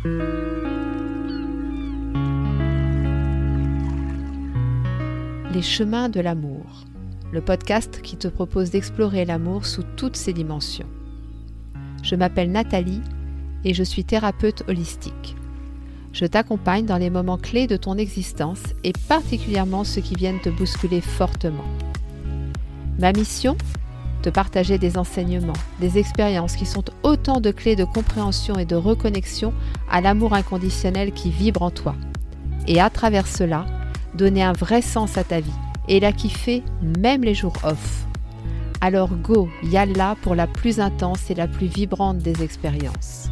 Les chemins de l'amour, le podcast qui te propose d'explorer l'amour sous toutes ses dimensions. Je m'appelle Nathalie et je suis thérapeute holistique. Je t'accompagne dans les moments clés de ton existence et particulièrement ceux qui viennent te bousculer fortement. Ma mission ? Te partager des enseignements, des expériences qui sont autant de clés de compréhension et de reconnexion à l'amour inconditionnel qui vibre en toi. Et à travers cela, donner un vrai sens à ta vie et la kiffer même les jours off. Alors go, yalla pour la plus intense et la plus vibrante des expériences.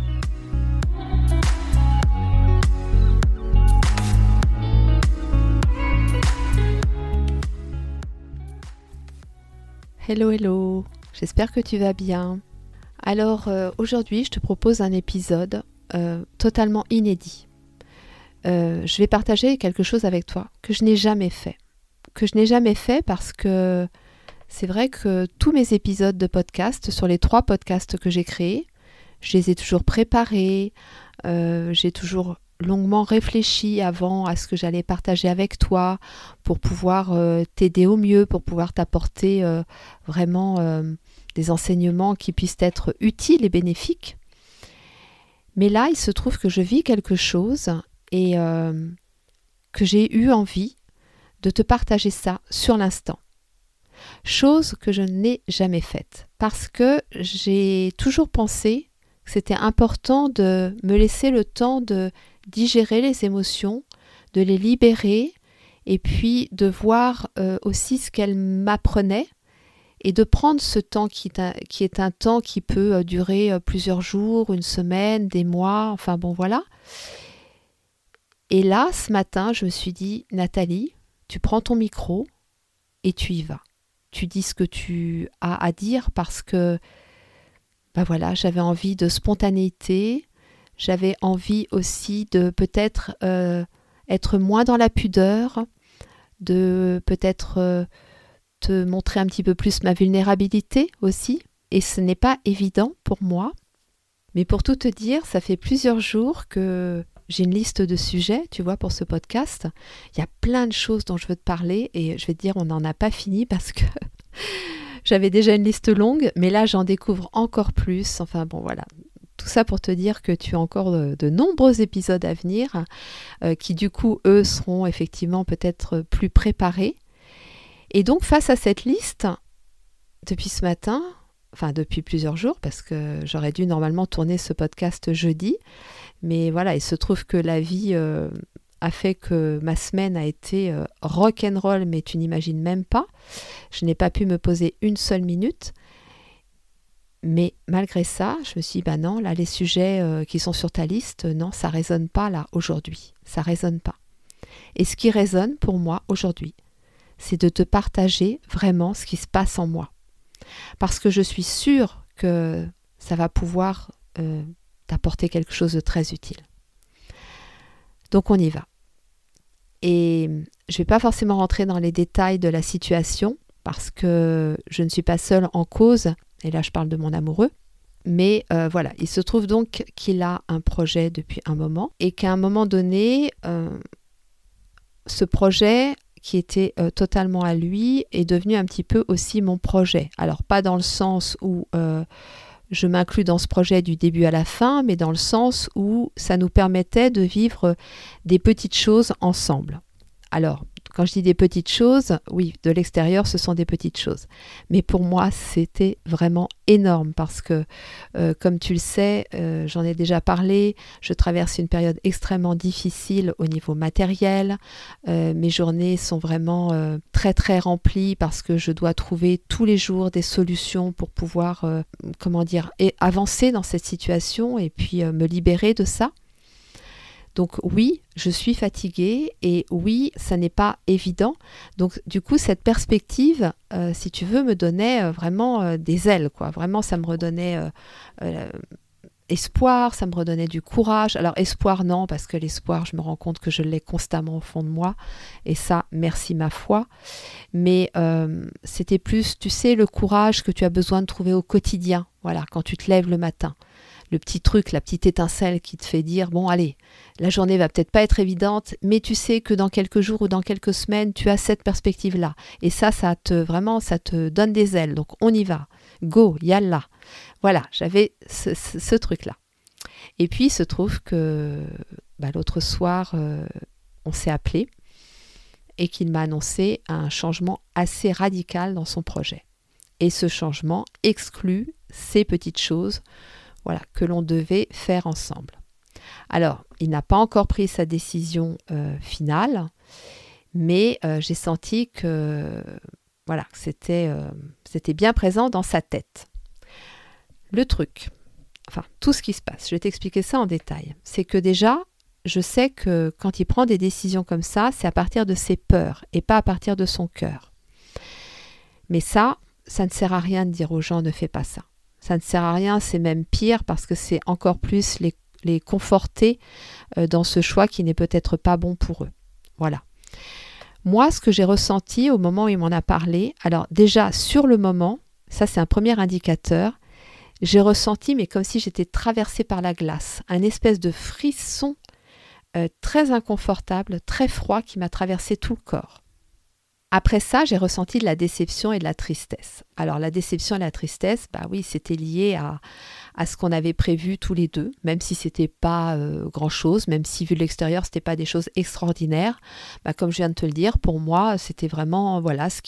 Hello, j'espère que tu vas bien. Alors aujourd'hui, je te propose un épisode totalement inédit. Je vais partager quelque chose avec toi que je n'ai jamais fait. Parce que c'est vrai que tous mes épisodes de podcast, sur les 3 podcasts que j'ai créés, je les ai toujours préparés, j'ai toujours longuement réfléchi avant à ce que j'allais partager avec toi pour pouvoir t'aider au mieux, pour pouvoir t'apporter vraiment des enseignements qui puissent être utiles et bénéfiques. Mais là, il se trouve que je vis quelque chose et que j'ai eu envie de te partager ça sur l'instant. Chose que je n'ai jamais faite parce que j'ai toujours pensé que c'était important de me laisser le temps de digérer les émotions, de les libérer et puis de voir aussi ce qu'elles m'apprenaient et de prendre ce temps qui est un temps qui peut durer plusieurs jours, une semaine, des mois, enfin bon voilà. Et là, ce matin, je me suis dit, Nathalie, tu prends ton micro et tu y vas. Tu dis ce que tu as à dire parce que, voilà, j'avais envie de spontanéité, j'avais envie aussi de peut-être être moins dans la pudeur, de peut-être te montrer un petit peu plus ma vulnérabilité aussi. Et ce n'est pas évident pour moi. Mais pour tout te dire, ça fait plusieurs jours que j'ai une liste de sujets, tu vois, pour ce podcast. Il y a plein de choses dont je veux te parler et je vais te dire, on n'en a pas fini parce que j'avais déjà une liste longue, mais là, j'en découvre encore plus. Enfin bon, voilà. Tout ça pour te dire que tu as encore de nombreux épisodes à venir qui, du coup, eux, seront effectivement peut-être plus préparés. Et donc, face à cette liste, depuis ce matin, enfin depuis plusieurs jours, parce que j'aurais dû normalement tourner ce podcast jeudi, mais voilà, il se trouve que la vie a fait que ma semaine a été rock'n'roll, mais tu n'imagines même pas. Je n'ai pas pu me poser une seule minute. Mais malgré ça, je me suis dit, non, là, les sujets qui sont sur ta liste, non, ça ne résonne pas là, aujourd'hui. Ça ne résonne pas. Et ce qui résonne pour moi aujourd'hui, c'est de te partager vraiment ce qui se passe en moi. Parce que je suis sûre que ça va pouvoir t'apporter quelque chose de très utile. Donc on y va. Et je ne vais pas forcément rentrer dans les détails de la situation parce que je ne suis pas seule en cause, et là je parle de mon amoureux, mais voilà, il se trouve donc qu'il a un projet depuis un moment et qu'à un moment donné, ce projet qui était totalement à lui est devenu un petit peu aussi mon projet. Alors pas dans le sens où je m'inclus dans ce projet du début à la fin, mais dans le sens où ça nous permettait de vivre des petites choses ensemble. Alors, quand je dis des petites choses, oui, de l'extérieur, ce sont des petites choses. Mais pour moi, c'était vraiment énorme parce que, comme tu le sais, j'en ai déjà parlé, je traverse une période extrêmement difficile au niveau matériel. Mes journées sont vraiment très, très remplies parce que je dois trouver tous les jours des solutions pour pouvoir, avancer dans cette situation et puis me libérer de ça. Donc oui, je suis fatiguée et oui, ça n'est pas évident. Donc du coup, cette perspective, si tu veux, me donnait vraiment des ailes, quoi. Vraiment, ça me redonnait espoir, ça me redonnait du courage. Alors espoir, non, parce que l'espoir, je me rends compte que je l'ai constamment au fond de moi. Et ça, merci ma foi. Mais c'était plus, tu sais, le courage que tu as besoin de trouver au quotidien. Voilà, quand tu te lèves le matin. le petit truc, la petite étincelle qui te fait dire, bon allez, la journée va peut-être pas être évidente, mais tu sais que dans quelques jours ou dans quelques semaines, tu as cette perspective-là. Et ça te donne des ailes. Donc on y va. Go, yalla. Voilà, j'avais ce truc-là. Et puis il se trouve que l'autre soir, on s'est appelé et qu'il m'a annoncé un changement assez radical dans son projet. Et ce changement exclut ces petites choses que l'on devait faire ensemble. Alors, il n'a pas encore pris sa décision finale, mais j'ai senti que c'était bien présent dans sa tête. Le truc, tout ce qui se passe, je vais t'expliquer ça en détail, c'est que déjà, je sais que quand il prend des décisions comme ça, c'est à partir de ses peurs et pas à partir de son cœur. Mais ça ne sert à rien de dire aux gens ne fais pas ça. Ça ne sert à rien, c'est même pire parce que c'est encore plus les conforter dans ce choix qui n'est peut-être pas bon pour eux. Voilà. Moi, ce que j'ai ressenti au moment où il m'en a parlé, alors déjà sur le moment, ça c'est un premier indicateur, j'ai ressenti, mais comme si j'étais traversée par la glace, un espèce de frisson très inconfortable, très froid qui m'a traversé tout le corps. Après ça, j'ai ressenti de la déception et de la tristesse. Alors la déception et la tristesse, oui, c'était lié à ce qu'on avait prévu tous les deux, même si c'était pas grand-chose, même si vu de l'extérieur, c'était pas des choses extraordinaires. Comme je viens de te le dire, pour moi, c'était vraiment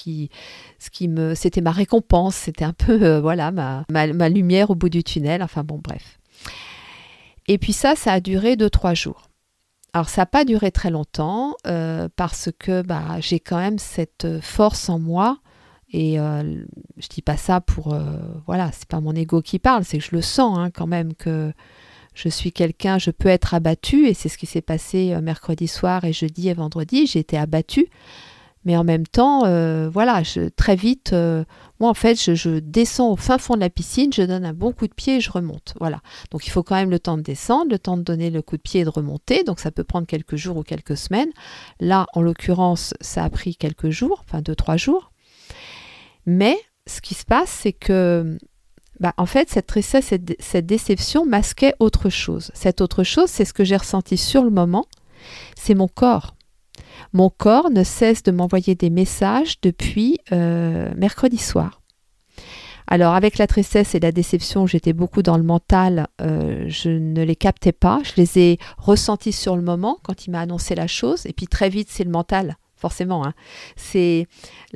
c'était ma récompense, c'était un peu ma lumière au bout du tunnel. Enfin bon, bref. Et puis ça a duré 2-3 jours. Alors ça n'a pas duré très longtemps parce que j'ai quand même cette force en moi et je dis pas ça pour c'est pas mon ego qui parle, c'est que je le sens quand même que je suis quelqu'un, je peux être abattue et c'est ce qui s'est passé mercredi soir et jeudi et vendredi, j'ai été abattue. Mais en même temps, très vite, moi en fait, je descends au fin fond de la piscine, je donne un bon coup de pied et je remonte. Voilà. Donc il faut quand même le temps de descendre, le temps de donner le coup de pied et de remonter. Donc ça peut prendre quelques jours ou quelques semaines. Là, en l'occurrence, ça a pris quelques jours, 2-3 jours. Mais ce qui se passe, c'est que en fait, cette tristesse, cette déception masquait autre chose. Cette autre chose, c'est ce que j'ai ressenti sur le moment, c'est mon corps. Mon corps ne cesse de m'envoyer des messages depuis mercredi soir. Alors avec la tristesse et la déception, j'étais beaucoup dans le mental, je ne les captais pas, je les ai ressentis sur le moment quand il m'a annoncé la chose, et puis très vite c'est le mental, forcément. C'est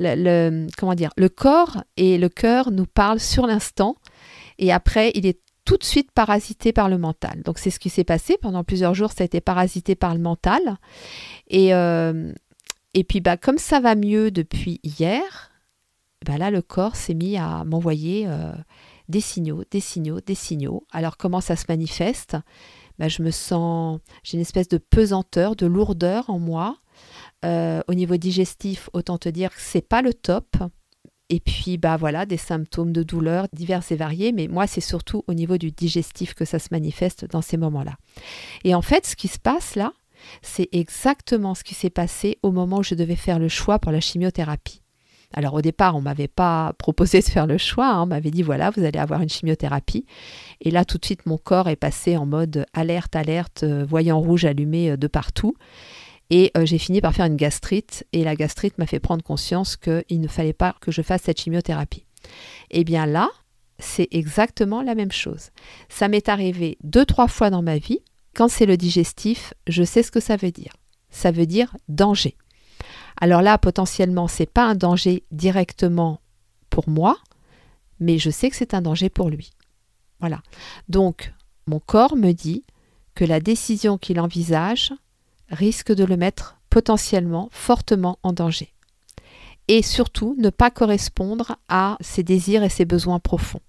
le corps et le cœur nous parlent sur l'instant, et après il est tout de suite parasité par le mental. Donc c'est ce qui s'est passé. Pendant plusieurs jours, ça a été parasité par le mental. Et puis comme ça va mieux depuis hier, là le corps s'est mis à m'envoyer des signaux. Alors comment ça se manifeste ? J'ai une espèce de pesanteur, de lourdeur en moi. Au niveau digestif, autant te dire que c'est pas le top. Et puis, des symptômes de douleur divers et variés. Mais moi, c'est surtout au niveau du digestif que ça se manifeste dans ces moments-là. Et en fait, ce qui se passe là, c'est exactement ce qui s'est passé au moment où je devais faire le choix pour la chimiothérapie. Alors, au départ, on ne m'avait pas proposé de faire le choix. On m'avait dit, voilà, vous allez avoir une chimiothérapie. Et là, tout de suite, mon corps est passé en mode alerte, voyant rouge allumé de partout. Et j'ai fini par faire une gastrite et la gastrite m'a fait prendre conscience qu'il ne fallait pas que je fasse cette chimiothérapie. Et bien là, c'est exactement la même chose. Ça m'est arrivé 2-3 fois dans ma vie. Quand c'est le digestif, je sais ce que ça veut dire. Ça veut dire danger. Alors là, potentiellement, ce n'est pas un danger directement pour moi, mais je sais que c'est un danger pour lui. Voilà. Donc, mon corps me dit que la décision qu'il envisage risque de le mettre potentiellement, fortement en danger. Et surtout, ne pas correspondre à ses désirs et ses besoins profonds.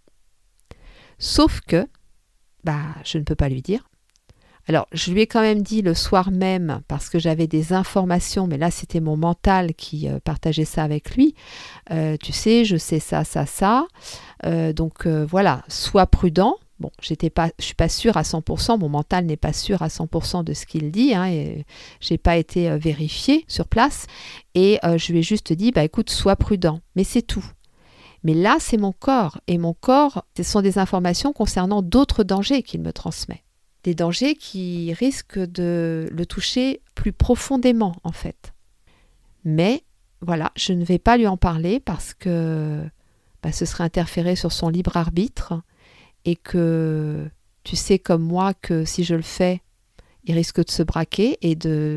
Sauf que, je ne peux pas lui dire. Alors, je lui ai quand même dit le soir même, parce que j'avais des informations, mais là, c'était mon mental qui partageait ça avec lui. Tu sais, je sais ça. Donc, sois prudent. Bon, je suis pas sûre à 100%, mon mental n'est pas sûr à 100% de ce qu'il dit, et j'ai pas été vérifiée sur place. Et je lui ai juste dit, écoute, sois prudent, mais c'est tout. Mais là, c'est mon corps. Et mon corps, ce sont des informations concernant d'autres dangers qu'il me transmet. Des dangers qui risquent de le toucher plus profondément, en fait. Mais voilà, je ne vais pas lui en parler parce que ce serait interférer sur son libre arbitre et que tu sais comme moi que si je le fais, il risque de se braquer et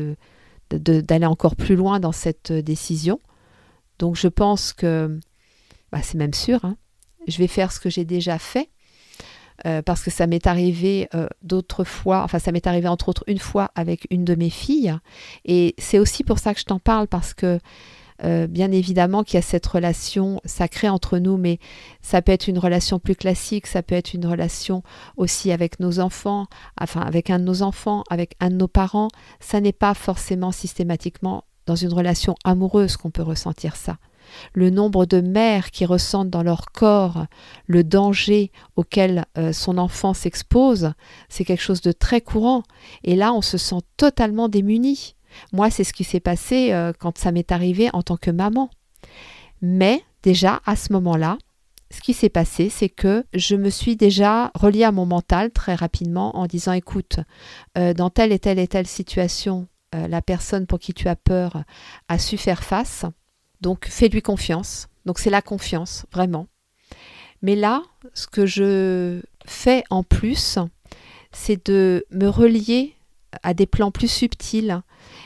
d'aller encore plus loin dans cette décision. Donc je pense que, c'est même sûr, je vais faire ce que j'ai déjà fait parce que ça m'est arrivé d'autres fois, ça m'est arrivé entre autres une fois avec une de mes filles et c'est aussi pour ça que je t'en parle parce que bien évidemment qu'il y a cette relation sacrée entre nous, mais ça peut être une relation plus classique, ça peut être une relation aussi avec nos enfants, avec un de nos enfants, avec un de nos parents. Ça n'est pas forcément systématiquement dans une relation amoureuse qu'on peut ressentir ça. Le nombre de mères qui ressentent dans leur corps le danger auquel son enfant s'expose, c'est quelque chose de très courant. Et là, on se sent totalement démuni. Moi, c'est ce qui s'est passé quand ça m'est arrivé en tant que maman. Mais déjà, à ce moment-là, ce qui s'est passé, c'est que je me suis déjà reliée à mon mental très rapidement en disant, écoute, dans telle et telle et telle situation, la personne pour qui tu as peur a su faire face. Donc, fais-lui confiance. Donc, c'est la confiance, vraiment. Mais là, ce que je fais en plus, c'est de me relier à des plans plus subtils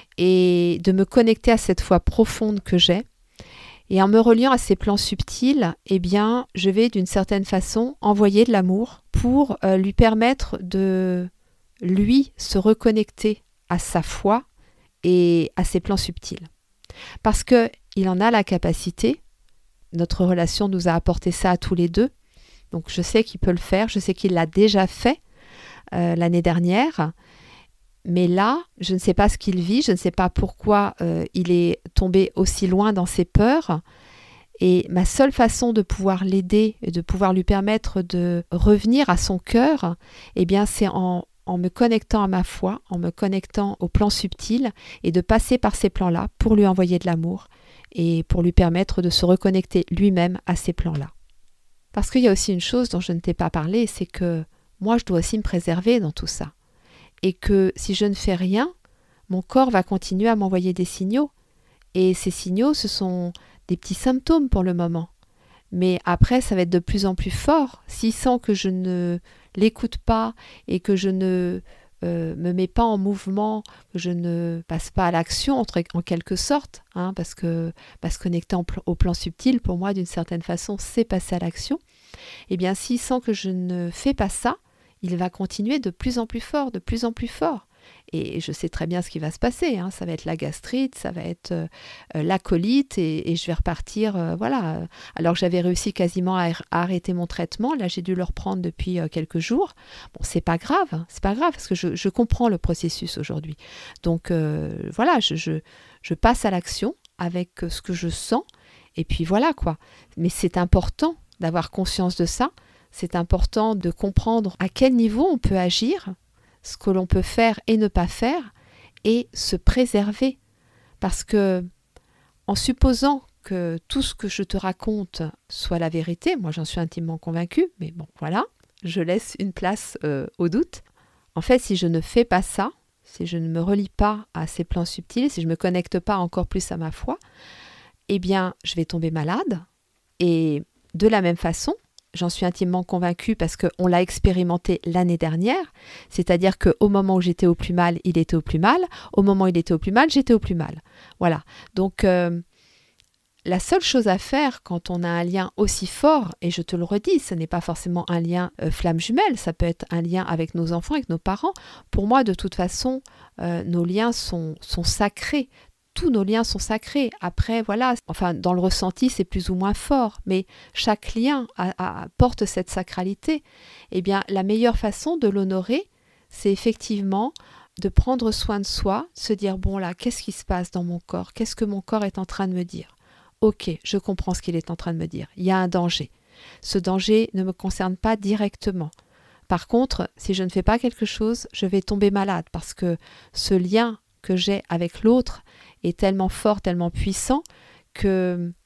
et de me connecter à cette foi profonde que j'ai. Et en me reliant à ces plans subtils, je vais d'une certaine façon envoyer de l'amour pour lui permettre de, lui, se reconnecter à sa foi et à ses plans subtils. Parce qu'il en a la capacité, notre relation nous a apporté ça à tous les deux, donc je sais qu'il peut le faire, je sais qu'il l'a déjà fait l'année dernière, mais là, je ne sais pas ce qu'il vit, je ne sais pas pourquoi il est tombé aussi loin dans ses peurs, et ma seule façon de pouvoir l'aider et de pouvoir lui permettre de revenir à son cœur, c'est en me connectant à ma foi, en me connectant aux plans subtils et de passer par ces plans-là pour lui envoyer de l'amour et pour lui permettre de se reconnecter lui-même à ces plans-là. Parce qu'il y a aussi une chose dont je ne t'ai pas parlé, c'est que moi je dois aussi me préserver dans tout ça. Et que si je ne fais rien, mon corps va continuer à m'envoyer des signaux. Et ces signaux, ce sont des petits symptômes pour le moment. Mais après, ça va être de plus en plus fort. S'il sent que je ne l'écoute pas et que je ne me mets pas en mouvement, que je ne passe pas à l'action en quelque sorte, parce que se connecter au plan subtil, pour moi, d'une certaine façon, c'est passer à l'action. S'il sent que je ne fais pas ça, il va continuer de plus en plus fort, de plus en plus fort. Et je sais très bien ce qui va se passer. Ça va être la gastrite, ça va être la colite et je vais repartir. Alors que j'avais réussi quasiment à arrêter mon traitement, là j'ai dû le reprendre depuis quelques jours. Bon, c'est pas grave parce que je comprends le processus aujourd'hui. Donc je passe à l'action avec ce que je sens et puis voilà quoi. Mais c'est important d'avoir conscience de ça. C'est important de comprendre à quel niveau on peut agir, ce que l'on peut faire et ne pas faire, et se préserver. Parce que, en supposant que tout ce que je te raconte soit la vérité, moi j'en suis intimement convaincue, mais bon, voilà, je laisse une place au doute. En fait, si je ne fais pas ça, si je ne me relie pas à ces plans subtils, si je ne me connecte pas encore plus à ma foi, je vais tomber malade. Et de la même façon, j'en suis intimement convaincue parce qu'on l'a expérimenté l'année dernière, c'est-à-dire qu'au moment où j'étais au plus mal, il était au plus mal, au moment où il était au plus mal, j'étais au plus mal. Voilà, donc la seule chose à faire quand on a un lien aussi fort, et je te le redis, ce n'est pas forcément un lien flamme jumelle, ça peut être un lien avec nos enfants, avec nos parents. Pour moi, de toute façon, nos liens sont sacrés. Tous nos liens sont sacrés. Après, dans le ressenti, c'est plus ou moins fort, mais chaque lien porte cette sacralité. La meilleure façon de l'honorer, c'est effectivement de prendre soin de soi, se dire, bon là, qu'est-ce qui se passe dans mon corps? Qu'est-ce que mon corps est en train de me dire? Ok, je comprends ce qu'il est en train de me dire. Il y a un danger. Ce danger ne me concerne pas directement. Par contre, si je ne fais pas quelque chose, je vais tomber malade parce que ce lien que j'ai avec l'autre est tellement fort, tellement puissant que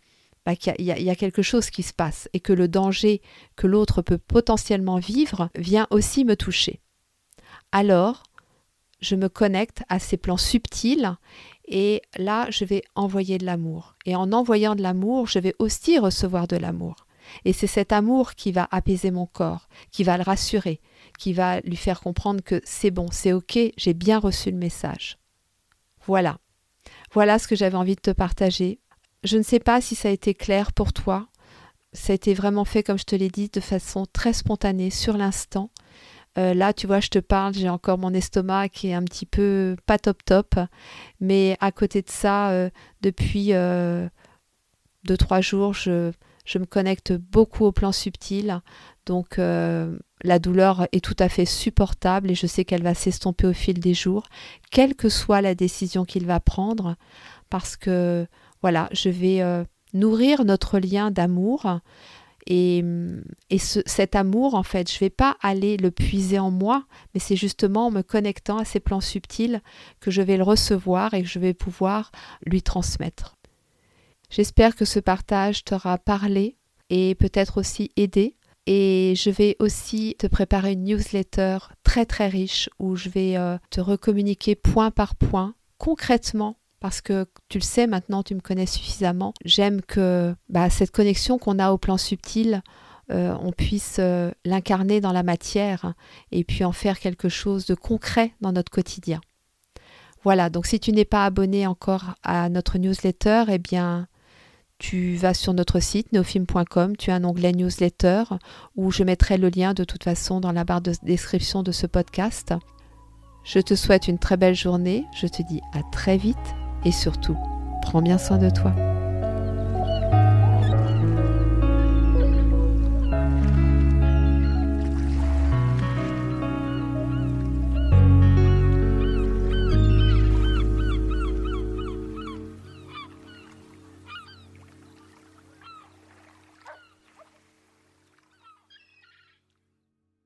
qu'il y a quelque chose qui se passe et que le danger que l'autre peut potentiellement vivre vient aussi me toucher. Alors, je me connecte à ces plans subtils et là, je vais envoyer de l'amour. Et en envoyant de l'amour, je vais aussi recevoir de l'amour. Et c'est cet amour qui va apaiser mon corps, qui va le rassurer, qui va lui faire comprendre que c'est bon, c'est ok, j'ai bien reçu le message. Voilà. Voilà ce que j'avais envie de te partager. Je ne sais pas si ça a été clair pour toi. Ça a été vraiment fait, comme je te l'ai dit, de façon très spontanée, sur l'instant. Là, tu vois, je te parle, j'ai encore mon estomac qui est un petit peu pas top, mais à côté de ça, depuis 2-3 jours, je me connecte beaucoup au plan subtil, donc la douleur est tout à fait supportable et je sais qu'elle va s'estomper au fil des jours, quelle que soit la décision qu'il va prendre, parce que voilà, je vais nourrir notre lien d'amour. Et cet amour, en fait, je ne vais pas aller le puiser en moi, mais c'est justement en me connectant à ces plans subtils que je vais le recevoir et que je vais pouvoir lui transmettre. J'espère que ce partage t'aura parlé et peut-être aussi aidé. Et je vais aussi te préparer une newsletter très très riche où je vais te recommuniquer point par point, concrètement, parce que tu le sais maintenant, tu me connais suffisamment. J'aime que cette connexion qu'on a au plan subtil, on puisse l'incarner dans la matière et puis en faire quelque chose de concret dans notre quotidien. Voilà, donc si tu n'es pas abonné encore à notre newsletter, eh bien, tu vas sur notre site neofim.com, tu as un onglet newsletter où je mettrai le lien de toute façon dans la barre de description de ce podcast. Je te souhaite une très belle journée, je te dis à très vite. Et surtout, prends bien soin de toi.